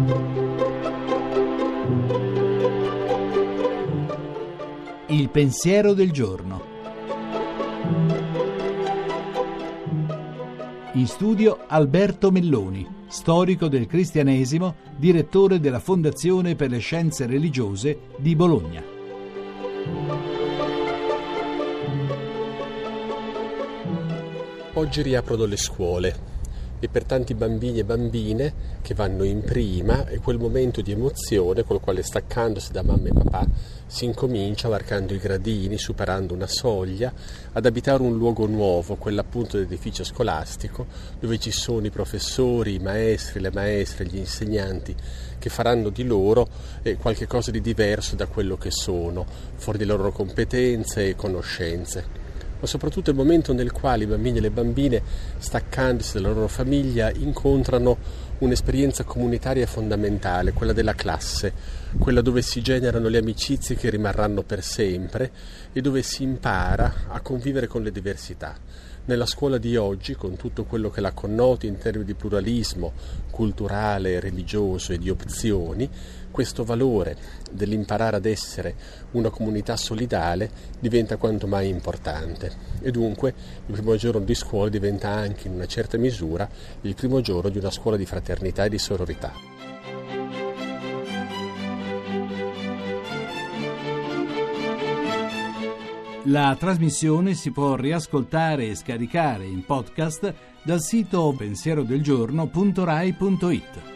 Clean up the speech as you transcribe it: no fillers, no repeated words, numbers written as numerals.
Il pensiero del giorno. In studio Alberto Melloni, storico del cristianesimo, direttore della Fondazione per le Scienze Religiose di Bologna. Oggi riaprono le scuole e per tanti bambini e bambine che vanno in prima è quel momento di emozione col quale, staccandosi da mamma e papà, si incomincia, varcando i gradini, superando una soglia, ad abitare un luogo nuovo, quell'appunto dell'edificio scolastico, dove ci sono i professori, i maestri, le maestre, gli insegnanti, che faranno di loro qualche cosa di diverso da quello che sono, fuori delle loro competenze e conoscenze. Ma soprattutto il momento nel quale i bambini e le bambine, staccandosi dalla loro famiglia, incontrano un'esperienza comunitaria fondamentale, quella della classe, quella dove si generano le amicizie che rimarranno per sempre e dove si impara a convivere con le diversità. Nella scuola di oggi, con tutto quello che la connota in termini di pluralismo culturale, religioso e di opzioni, questo valore dell'imparare ad essere una comunità solidale diventa quanto mai importante e dunque il primo giorno di scuola diventa anche in una certa misura il primo giorno di una scuola di fraternità e di sororità. La trasmissione si può riascoltare e scaricare in podcast dal sito pensierodelgiorno.rai.it.